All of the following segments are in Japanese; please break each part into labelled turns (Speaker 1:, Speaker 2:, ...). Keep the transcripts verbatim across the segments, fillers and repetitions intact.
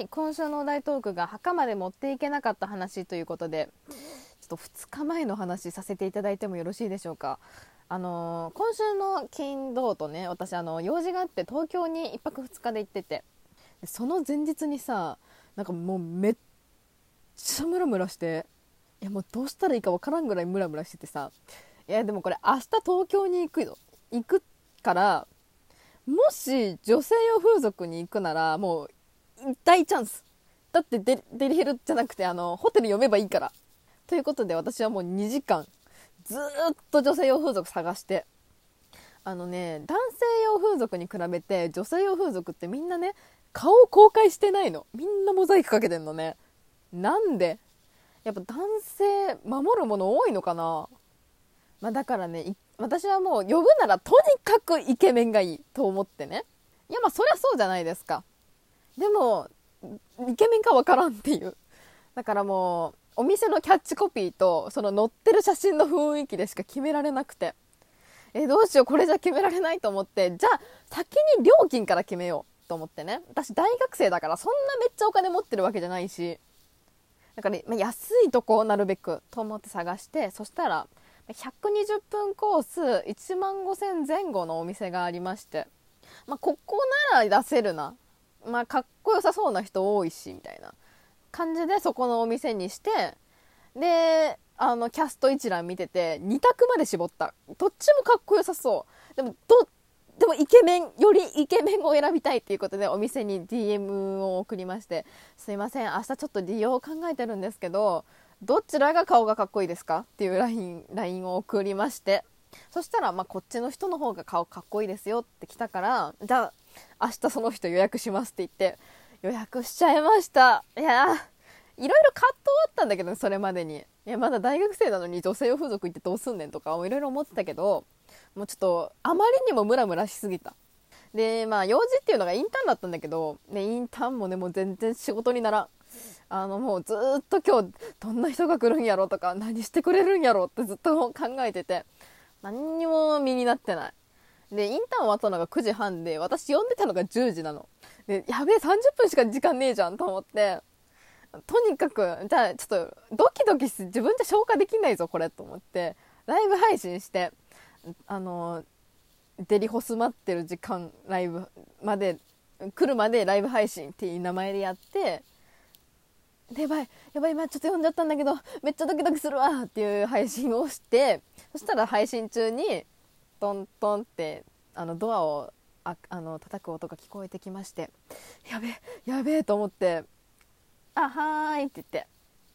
Speaker 1: 、今週のお題トークが墓まで持っていけなかった話ということで、ちょっとふつかまえの話させていただいてもよろしいでしょうか。あのー、今週の金土とね、私あの用事があって東京にいっぱくふつかで行ってて、その前日にさ、なんかもうめっちゃムラムラして、いやもうどうしたらいいかわからんぐらいムラムラしててさ、いやでもこれ明日東京に行くよ行くから、もし女性用風俗に行くならもう大チャンスだって。デデリヘルじゃなくてあのホテル読めばいいからということで、私はもうにじかんずーっと女性用風俗探して、あのね、男性用風俗に比べて女性用風俗ってみんなね、顔を公開してないの。みんなモザイクかけてんのね。なんでやっぱ男性守るもの多いのかな。まあ、だからね、私はもう呼ぶならとにかくイケメンがいいと思ってね。いやまあそりゃそうじゃないですか。でもイケメンかわからんっていう。だからもうお店のキャッチコピーとその載ってる写真の雰囲気でしか決められなくて、えどうしよう、これじゃ決められないと思って、じゃあ先に料金から決めようと思ってね。私大学生だからそんなめっちゃお金持ってるわけじゃないし、だから、ね、まあ、安いとこをなるべくと思って探して、そしたらひゃくにじゅっぷんコースいちまんごせんぜん後のお店がありまして、まあ、ここなら出せるな、まあ、かっこよさそうな人多いしみたいな感じでそこのお店にして、であのキャスト一覧見ててに択まで絞った。どっちもかっこよさそう。でもどでもイケメンよりイケメンを選びたいっていうことでお店に ディーエム を送りまして、すいません明日ちょっと利用を考えてるんですけど、どちらが顔がかっこいいですかっていう ライン, ラインを送りまして、そしたらまあこっちの人の方が顔かっこいいですよって来たから、じゃあ明日その人予約しますって言って予約しちゃいました。いやいろいろ葛藤あったんだけど、それまでにいやまだ大学生なのに女性用風俗行ってどうすんねんとかいろいろ思ってたけど、もうちょっとあまりにもムラムラしすぎた。でまあ用事っていうのがインターンだったんだけど、ね、インターンもねもう全然仕事にならん。あのもうずっと今日どんな人が来るんやろとか何してくれるんやろってずっと考えてて、何にも身になってない。でインターン終わったのがくじはんで、私呼んでたのがじゅうじなので、やべえさんじゅっぷんしか時間ねえじゃんと思って、とにかくじゃあちょっとドキドキして自分じゃ消化できないぞこれと思ってライブ配信して、あのデリホス待ってる時間ライブまで来るまでライブ配信っていう名前でやって、でやばいやばい今ちょっと読んじゃったんだけどめっちゃドキドキするわっていう配信をして、そしたら配信中にトントンってあのドアをああの叩く音が聞こえてきまして、やべえやべえと思って、あはーいって言って、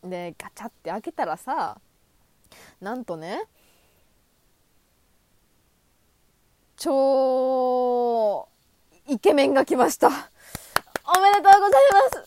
Speaker 1: でガチャって開けたらさ、なんとね超イケメンが来ました。おめでとうございます。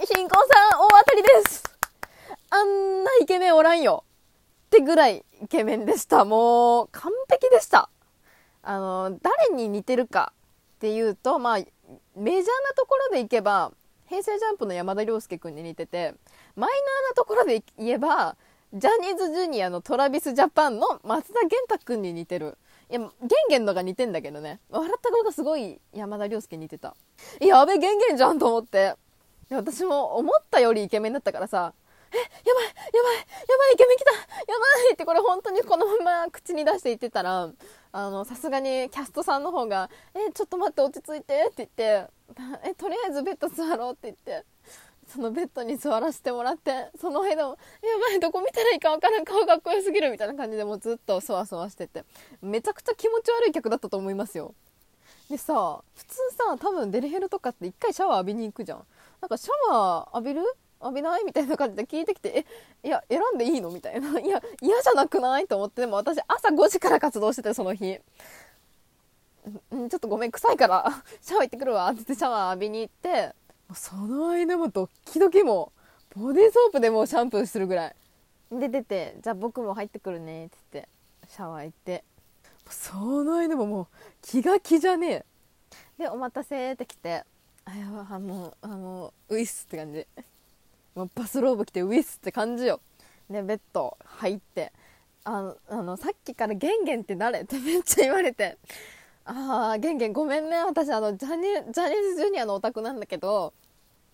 Speaker 1: 貧困さん大当たりです。あんなイケメンおらんよってぐらいイケメンでした。もう完璧でした。あの誰に似てるかっていうと、まあメジャーなところでいけば平成ジャンプの山田涼介くんに似てて、マイナーなところで言えばジャニーズジュニアのトラビスジャパンの松田元太くんに似てる。いやゲンゲンのが似てんだけどね、笑った顔がすごい山田涼介に似てた。いややべゲンゲンじゃんと思って、いや私も思ったよりイケメンだったからさ、えやばいやばいやばいイケメン来たやばいってこれ本当にこのまま口に出して言ってたら、あのさすがにキャストさんの方がえちょっと待って落ち着いてって言って、えとりあえずベッド座ろうって言って、そのベッドに座らせてもらって、その間もやばいどこ見たらいいか分からん顔かっこよすぎるみたいな感じでもうずっとそわそわしてて、めちゃくちゃ気持ち悪い客だったと思いますよ。でさ普通さ多分デリヘルとかって一回シャワー浴びに行くじゃん。なんかシャワー浴びる浴びないみたいな感じで聞いてきて、えいや選んでいいのみたいな、いや嫌じゃなくないと思って、でも私朝ごじから活動しててその日、んちょっとごめん臭いからシャワー行ってくるわって言ってシャワー浴びに行って、その間もドッキドキもボディーソープでもうシャンプーするぐらいで出て、じゃあ僕も入ってくるねって言ってシャワー行って、その間ももう気が気じゃねえでお待たせって来て、あやばあもうあのウィスって感じ、もうバスローブ着てウィスって感じよ。でベッド入って、あのあのさっきからゲンゲンって誰ってめっちゃ言われて、あーゲンゲンごめんね私あのジャニジャニーズジュニアのオタクなんだけど、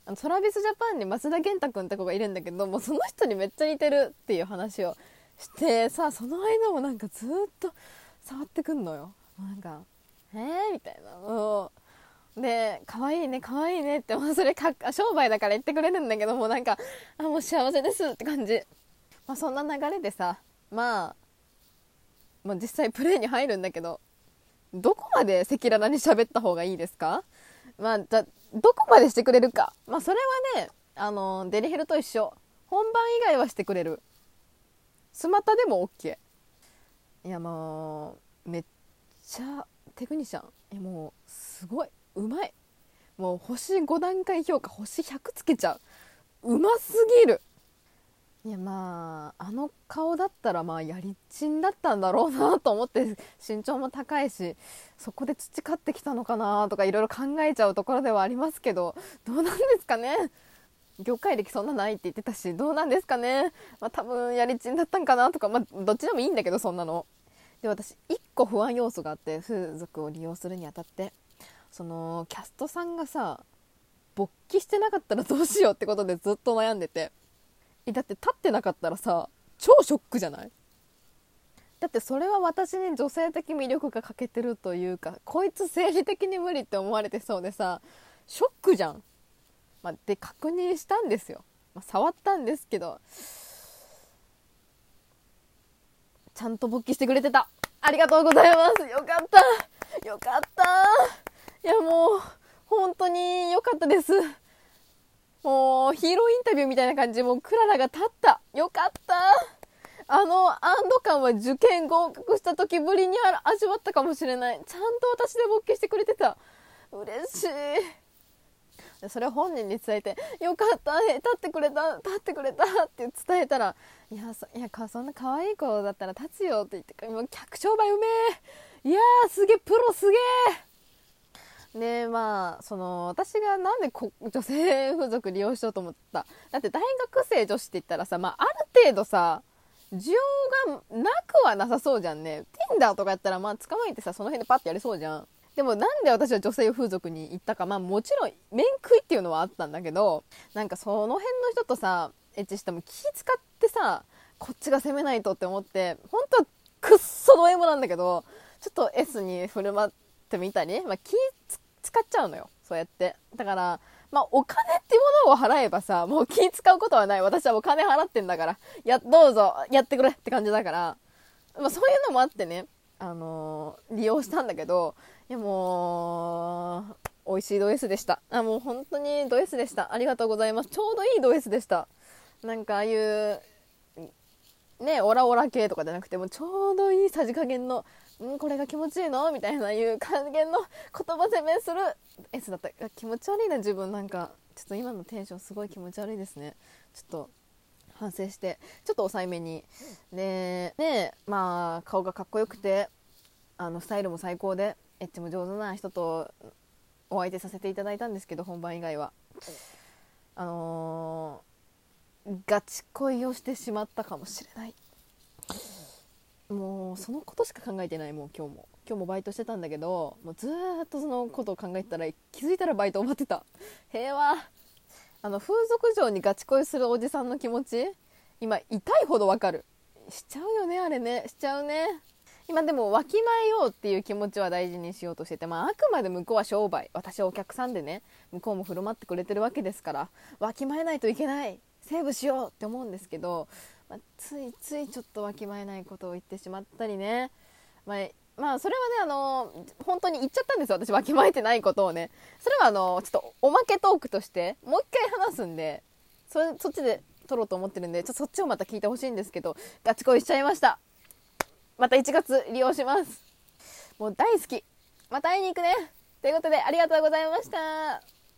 Speaker 1: あのトラビスジャパンに増田健太くんって子がいるんだけど、もうその人にめっちゃ似てるっていう話をしてさ、その間もなんかずっと触ってくんのよ。なんかえーみたいな、もうで可愛いね可愛いねって、もうそれか商売だから言ってくれるんだけど、もうなんかあもう幸せですって感じ。まあそんな流れでさ、まあまあ実際プレーに入るんだけど、どこまで赤裸々に喋った方がいいですか？まあ、だどこまでしてくれるか。まあそれはね、あのデリヘルと一緒。本番以外はしてくれる。スマタでも OK。 いやもうめっちゃテクニシャン。えもうすごいうまい。もう星ご段階評価星ひゃくつけちゃう。うますぎる。いやまああの顔だったらまあやりちんだったんだろうなと思って、身長も高いしそこで培ってきたのかなとかいろいろ考えちゃうところではありますけど、どうなんですかね。業界歴そんなないって言ってたし、どうなんですかね。まあ多分やりちんだったんかなとか、まあどっちでもいいんだけど、そんなので私いっこ不安要素があって、風俗を利用するにあたって、そのキャストさんがさ勃起してなかったらどうしようってことでずっと悩んでて、だって立ってなかったらさ超ショックじゃない？だってそれは私に女性的魅力が欠けてるというか、こいつ生理的に無理って思われてそうでさ、ショックじゃん。まあ、で確認したんですよ、まあ、触ったんですけどちゃんと勃起してくれてた。ありがとうございます。よかったよかった。いやもう本当によかったです。もうヒーローインタビューみたいな感じで、もうクララが立った。よかった。あの安堵感は受験合格した時ぶりに味わったかもしれない。ちゃんと私で勃起してくれてた。嬉しい。それを本人に伝えて、よかった、立ってくれた立ってくれたって伝えたら、いや そ, いやそんな可愛い子だったら立つよって言って、もう客商売うめえ。いやーすげえ、プロすげえ。でまあその私がなんでこ女性風俗利用しようと思った。だって大学生女子って言ったらさ、まあ、ある程度さ需要がなくはなさそうじゃんね。 Tinder とかやったらまあ捕まえてさその辺でパッてやれそうじゃん。でもなんで私は女性風俗に行ったか、まあもちろん面食いっていうのはあったんだけど、なんかその辺の人とさエッチしても気使ってさ、こっちが攻めないとって思って、本当はくっそド M なんだけど、ちょっと S に振る舞ってみたり、まあ、気使っちゃうのよ、そうやって。だからまあお金っていうものを払えばさ、もう気使うことはない。私はお金払ってんだから、やどうぞやってくれって感じだから、まあ、そういうのもあってね、あのー、利用したんだけど、いやもう美味しいド S でした。あもう本当にド S でした。ありがとうございます。ちょうどいいド S でした。なんかああいうねオラオラ系とかじゃなくて、もちょうどいいさじ加減の、んこれが気持ちいいのみたいないう加減の言葉攻めする S だった。気持ち悪いな自分。なんかちょっと今のテンションすごい気持ち悪いですね。ちょっと反省してちょっと抑えめに。でねまあ顔がかっこよくて、あのスタイルも最高でエッチも上手な人とお相手させていただいたんですけど、本番以外はあのー、ガチ恋をしてしまったかもしれない。もうそのことしか考えてない。もう今日も今日もバイトしてたんだけど、もうずっとそのことを考えてたら気づいたらバイト終わってた。平和。あの風俗嬢にガチ恋するおじさんの気持ち、今痛いほどわかる。しちゃうよねあれね。しちゃうね。今でもわきまえようっていう気持ちは大事にしようとしてて、まあ、あくまで向こうは商売、私はお客さんでね、向こうも振る舞ってくれてるわけですから、わきまえないといけない、セーブしようって思うんですけど、まあ、ついついちょっとわきまえないことを言ってしまったりね、まあ、まあそれはね、あの本当に言っちゃったんですよ、私わきまえてないことをね。それはあのちょっとおまけトークとしてもう一回話すんで、それそっちで撮ろうと思ってるんで、ちょっとそっちをまた聞いてほしいんですけど、ガチ恋しちゃいました。またいちがつ利用します。もう大好き。また会いに行くね。ということでありがとうございました。